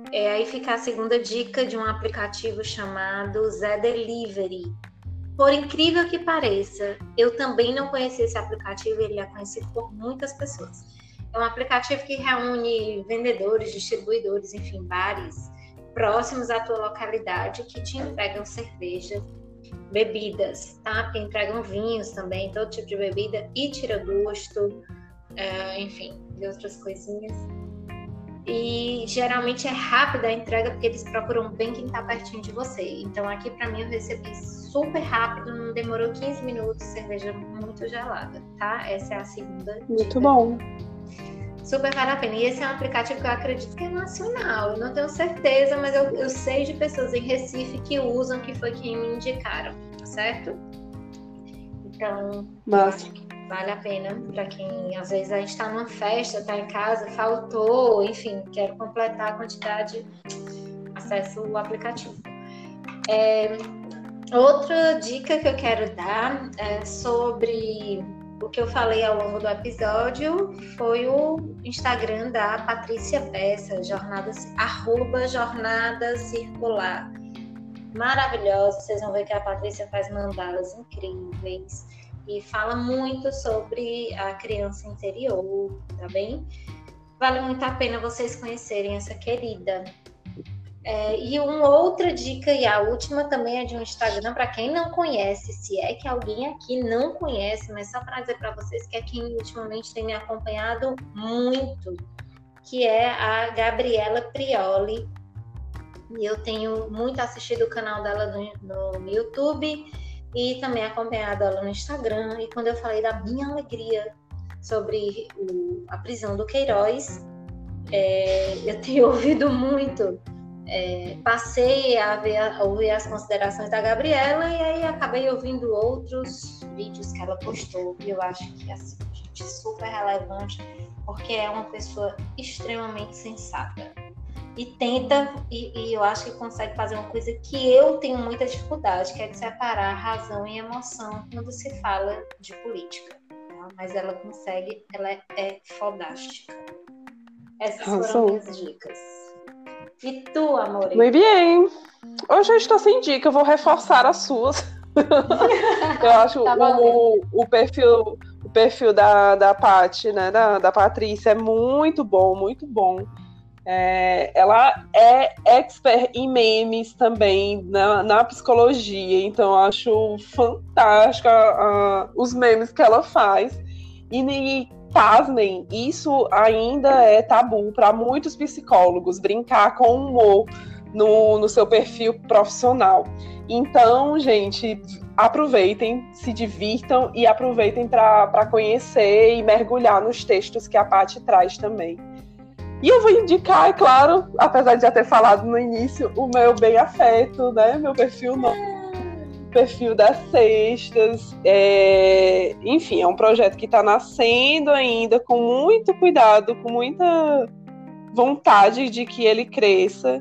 Aí fica a segunda dica de um aplicativo chamado Zé Delivery. Por incrível que pareça, eu também não conhecia esse aplicativo, ele é conhecido por muitas pessoas. É um aplicativo que reúne vendedores, distribuidores, enfim, bares próximos à tua localidade que te entregam cerveja, bebidas, tá? Que entregam vinhos também, todo tipo de bebida e tira gosto, enfim, e outras coisinhas. E geralmente é rápida a entrega porque eles procuram bem quem tá pertinho de você. Então aqui pra mim eu recebi super rápido, não demorou 15 minutos, cerveja muito gelada, tá? Essa é a segunda dica. Muito bom. Super vale a pena. E esse é um aplicativo que eu acredito que é nacional. Eu não tenho certeza, mas eu sei de pessoas em Recife que usam, que foi quem me indicaram, certo? Então, Mas vale a pena para quem, às vezes, a gente está numa festa, está em casa, faltou, enfim, quero completar a quantidade, acesse o aplicativo. Outra dica que eu quero dar é sobre o que eu falei ao longo do episódio, foi o Instagram da Patrícia Bessa, @Jornada Circular. Maravilhosa, vocês vão ver que a Patrícia faz mandalas incríveis e fala muito sobre a criança interior, tá bem? Vale muito a pena vocês conhecerem essa querida. E uma outra dica, e a última também é de um Instagram, para quem não conhece, se é que alguém aqui não conhece, mas só para dizer para vocês que é quem ultimamente tem me acompanhado muito, que é a Gabriela Prioli. E eu tenho muito assistido o canal dela no YouTube e também acompanhado ela no Instagram. E quando eu falei da minha alegria sobre a prisão do Queiroz, eu tenho ouvido muito. Passei a ouvir as considerações da Gabriela e aí acabei ouvindo outros vídeos que ela postou. E eu acho que assim, gente, super relevante, porque é uma pessoa extremamente sensata. E tenta, e eu acho que consegue fazer uma coisa que eu tenho muita dificuldade, que é de separar razão e emoção quando se fala de política. Tá? Mas ela consegue, ela é fodástica. Essas foram minhas dicas. E tu, amor? Muito bem. Hoje eu estou sem dica, eu vou reforçar as suas. Eu acho tá o perfil da Paty, né, da Patrícia, é muito bom, muito bom. Ela é expert em memes também, na psicologia, então eu acho fantástico os memes que ela faz. E pasmem, isso ainda é tabu para muitos psicólogos, brincar com o humor no seu perfil profissional. Então, gente, aproveitem, se divirtam e aproveitem para conhecer e mergulhar nos textos que a Paty traz também. E eu vou indicar, é claro, apesar de já ter falado no início, o meu Bem Afeto, né? Meu perfil perfil das sextas. Enfim, é um projeto que está nascendo ainda, com muito cuidado, com muita vontade de que ele cresça.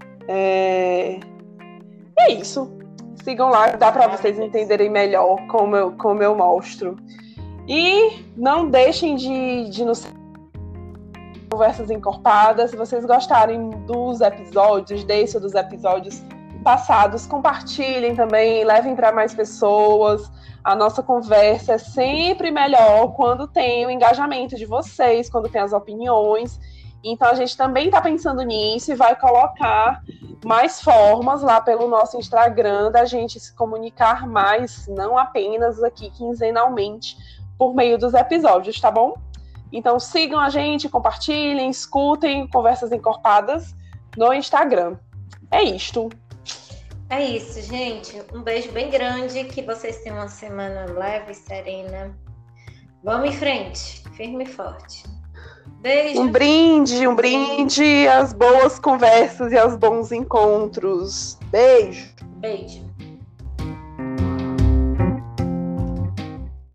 É isso. Sigam lá, dá para vocês entenderem melhor como eu mostro. E não deixem de nos Conversas Encorpadas. Se vocês gostarem dos episódios, desse ou dos episódios passados, compartilhem também, levem para mais pessoas. A nossa conversa é sempre melhor quando tem o engajamento de vocês, quando tem as opiniões. Então a gente também está pensando nisso e vai colocar mais formas lá pelo nosso Instagram da gente se comunicar mais, não apenas aqui quinzenalmente por meio dos episódios, tá bom? Então sigam a gente, compartilhem, escutem Conversas Encorpadas no Instagram. É isto. É isso, gente. Um beijo bem grande, que vocês tenham uma semana leve e serena. Vamos em frente, firme e forte. Beijo. Um brinde às boas conversas e aos bons encontros. Beijo. Beijo.